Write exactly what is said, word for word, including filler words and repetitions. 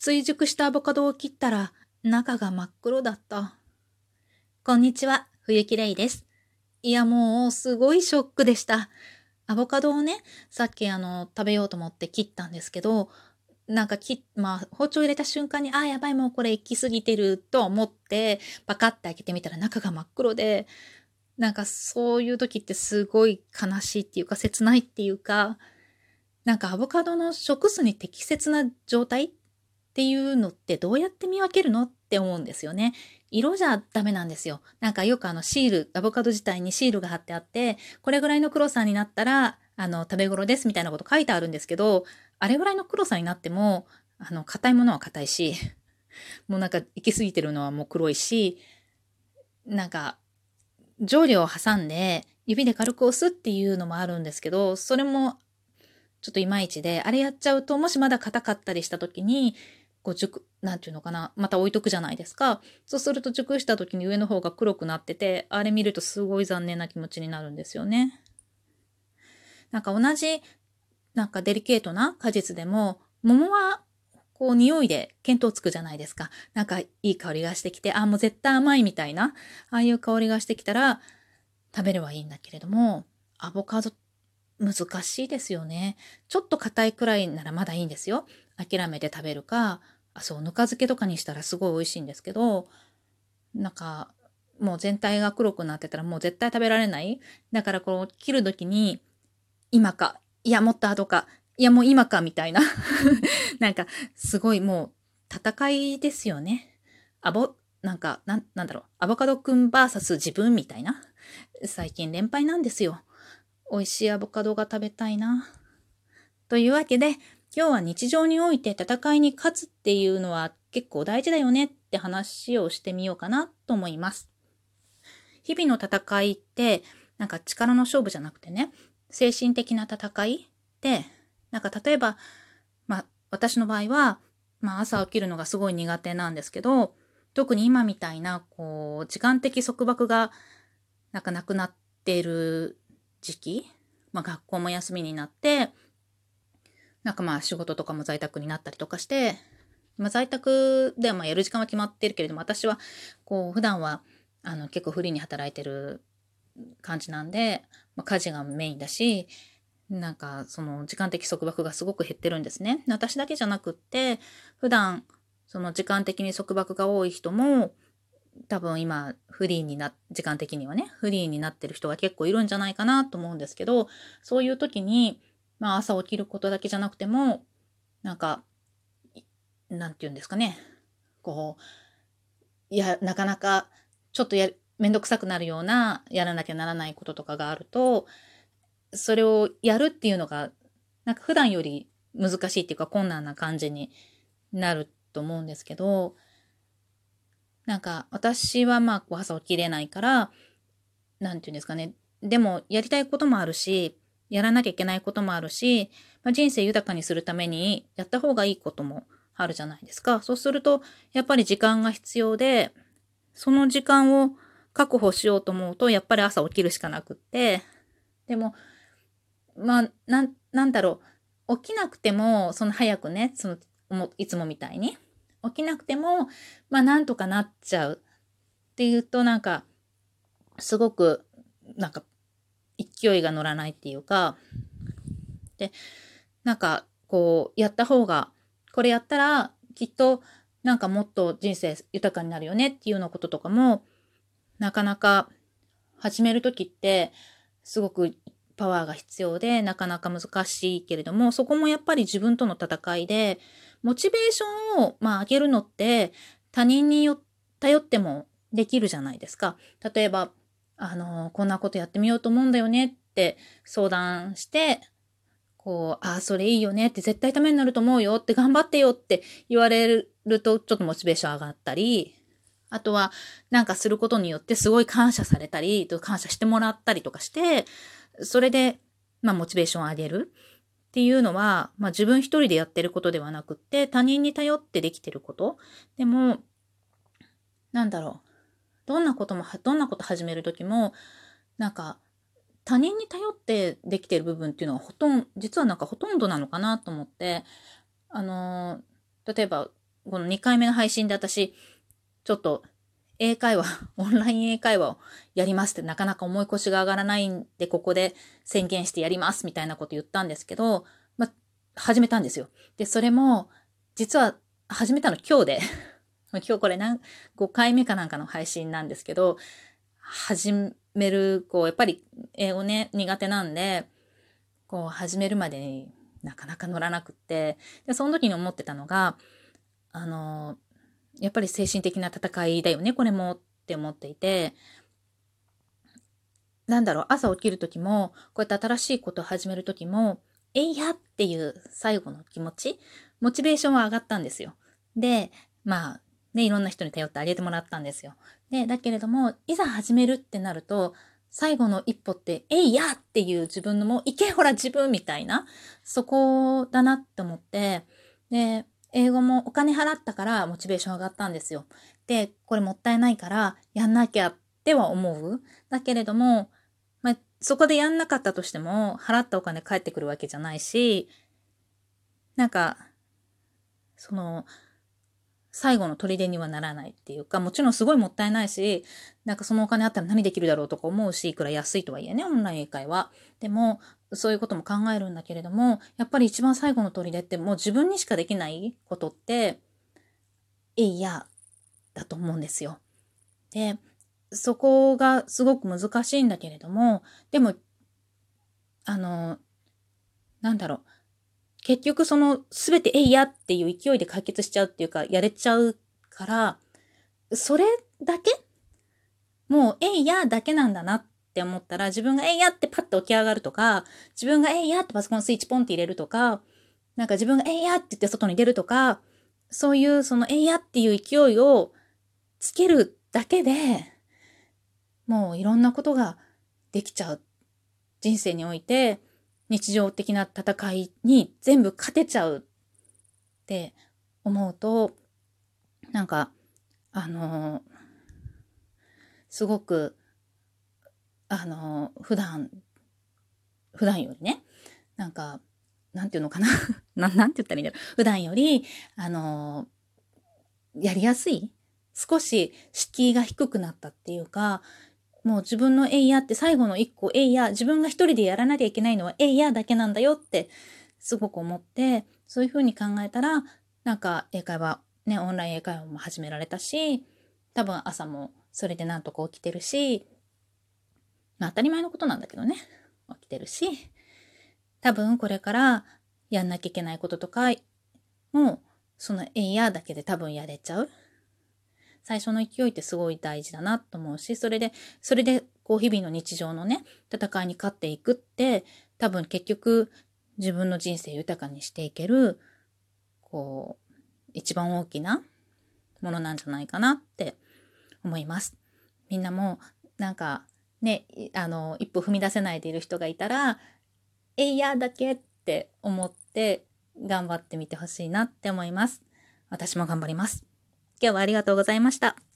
追熟したアボカドを切ったら中が真っ黒だった。こんにちは、冬木レイです。いやもうすごいショックでした。アボカドをね、さっきあの食べようと思って切ったんですけど、なんかき、まあ包丁入れた瞬間に、あーやばいもうこれ行き過ぎてると思って、パカッて開けてみたら中が真っ黒で、なんかそういう時ってすごい悲しいっていうか切ないっていうか、なんかアボカドの食酢に適切な状態っていうのってどうやって見分けるのって思うんですよね。色じゃダメなんですよ。なんかよくあのシール、アボカド自体にシールが貼ってあって、これぐらいの黒さになったら、あの、食べ頃ですみたいなこと書いてあるんですけど、あれぐらいの黒さになっても、あの、硬いものは硬いし、もうなんか行き過ぎてるのはもう黒いし、なんか、定規を挟んで指で軽く押すっていうのもあるんですけど、それもちょっといまいちで、あれやっちゃうと、もしまだ硬かったりした時に、こう熟、なんていうのかな、また置いとくじゃないですか。そうすると熟した時に上の方が黒くなってて、あれ見るとすごい残念な気持ちになるんですよね。なんか同じ、なんかデリケートな果実でも、桃はこう匂いで見当つくじゃないですか。なんかいい香りがしてきて、あ、もう絶対甘いみたいな、ああいう香りがしてきたら食べればいいんだけれども、アボカド難しいですよね。ちょっと硬いくらいならまだいいんですよ。諦めて食べるか、あ、そう、ぬか漬けとかにしたらすごい美味しいんですけど、なんか、もう全体が黒くなってたらもう絶対食べられない。だからこう、切る時に、今か、いや、もっと後か、いや、もう今か、みたいな。なんか、すごいもう、戦いですよね。アボ、なんか、なん、なんだろう、アボカドくん ブイエス 自分みたいな。最近連敗なんですよ。美味しいアボカドが食べたいな。というわけで、今日は日常において戦いに勝つっていうのは結構大事だよねって話をしてみようかなと思います。日々の戦いって、なんか力の勝負じゃなくてね、精神的な戦いで、なんか例えば、まあ私の場合は、まあ朝起きるのがすごい苦手なんですけど、特に今みたいな、こう、時間的束縛がなんかなくなっている時期、まあ学校も休みになって、なんかまあ仕事とかも在宅になったりとかして、まあ在宅ではまあやる時間は決まってるけれども、私はこう普段はあの結構フリーに働いてる感じなんで、まあ、家事がメインだし、なんかその時間的束縛がすごく減ってるんですね。私だけじゃなくって、普段その時間的に束縛が多い人も、多分今フリーにな、時間的にはね、フリーになってる人が結構いるんじゃないかなと思うんですけど、そういう時に、まあ朝起きることだけじゃなくても、なんか、なんて言うんですかね、こう、いや、なかなかちょっとや、めんどくさくなるようなやらなきゃならないこととかがあると、それをやるっていうのが、なんか普段より難しいっていうか困難な感じになると思うんですけど、なんか私はまあ朝起きれないから、なんていうんですかね。でもやりたいこともあるし、やらなきゃいけないこともあるし、まあ、人生豊かにするためにやった方がいいこともあるじゃないですか。そうすると、やっぱり時間が必要で、その時間を確保しようと思うと、やっぱり朝起きるしかなくって、でも、まあ、なん、なんだろう。起きなくても、その早くね、その、いつもみたいに。起きなくても、まあ、なんとかなっちゃうっていうと、なんか、すごく、なんか、勢いが乗らないっていうか、で、なんか、こう、やった方が、これやったら、きっと、なんかもっと人生豊かになるよねっていうようなこととかも、なかなか始めるときって、すごくパワーが必要で、なかなか難しいけれども、そこもやっぱり自分との戦いで、モチベーションを、まあ、上げるのって、他人によ頼ってもできるじゃないですか。例えば、あの、こんなことやってみようと思うんだよねって相談して、こう、ああ、それいいよねって絶対ためになると思うよって頑張ってよって言われるとちょっとモチベーション上がったり、あとはなんかすることによってすごい感謝されたり、感謝してもらったりとかして、それで、まあモチベーションを上げるっていうのは、まあ自分一人でやってることではなくって、他人に頼ってできてること。でも、なんだろう。どんなことも、どんなこと始めるときも、なんか、他人に頼ってできてる部分っていうのはほとんど、実はなんかほとんどなのかなと思って、あの、例えばこのにかいめの配信で私、ちょっと英会話、オンライン英会話をやりますってなかなか重い腰が上がらないんで、ここで宣言してやりますみたいなこと言ったんですけど、まあ、始めたんですよ。で、それも、実は始めたの今日で、今日これ何、ごかいめかなんかの配信なんですけど、始める、こう、やっぱり英語ね、苦手なんで、こう、始めるまでになかなか乗らなくって、で、その時に思ってたのが、あの、やっぱり精神的な戦いだよね、これもって思っていて、なんだろう、朝起きる時も、こうやって新しいことを始める時も、えいやっていう最後の気持ち、モチベーションは上がったんですよ。で、まあ、ね、いろんな人に頼ってあげてもらったんですよ。で、だけれども、いざ始めるってなると、最後の一歩って、えいやっていう自分のもう、いけほら自分みたいな、そこだなって思って、で、英語もお金払ったからモチベーション上がったんですよ。で、これもったいないからやんなきゃっては思う。だけれども、まあ、そこでやんなかったとしても、払ったお金返ってくるわけじゃないし、なんか、その、最後の砦にはならないっていうか、もちろんすごいもったいないし、なんかそのお金あったら何できるだろうとか思うし、いくら安いとはいえね、オンライン英会話。でも、そういうことも考えるんだけれども、やっぱり一番最後の砦ってもう自分にしかできないことって、えいや、だと思うんですよ。で、そこがすごく難しいんだけれども、でも、あの、なんだろう。結局その全てえいやっていう勢いで解決しちゃうっていうか、やれちゃうから、それだけもうえいやだけなんだなって思ったら、自分がえいやってパッと起き上がるとか、自分がえいやってパソコンスイッチポンって入れるとか、なんか自分がえいやって言って外に出るとか、そういうそのえいやっていう勢いをつけるだけで、もういろんなことができちゃう。人生において、日常的な戦いに全部勝てちゃうって思うと、なんか、あのー、すごく、あのー、普段、普段よりね、なんか、なんていうのかなな、なんて言ったらいいんだろう。普段より、あのー、やりやすい少し敷居が低くなったっていうか、もう自分のえいやって最後の一個えいや、自分が一人でやらなきゃいけないのはえいやだけなんだよってすごく思って、そういうふうに考えたら、なんか英会話、ね、オンライン英会話も始められたし、多分朝もそれでなんとか起きてるし、まあ当たり前のことなんだけどね、起きてるし、多分これからやんなきゃいけないこととかも、そのえいやだけで多分やれちゃう。最初の勢いってすごい大事だなと思うし、それで、それでこう日々の日常のね、戦いに勝っていくって、多分結局自分の人生豊かにしていける、こう、一番大きなものなんじゃないかなって思います。みんなもなんかね、あの、一歩踏み出せないでいる人がいたら、えいやだけって思って頑張ってみてほしいなって思います。私も頑張ります。今日はありがとうございました。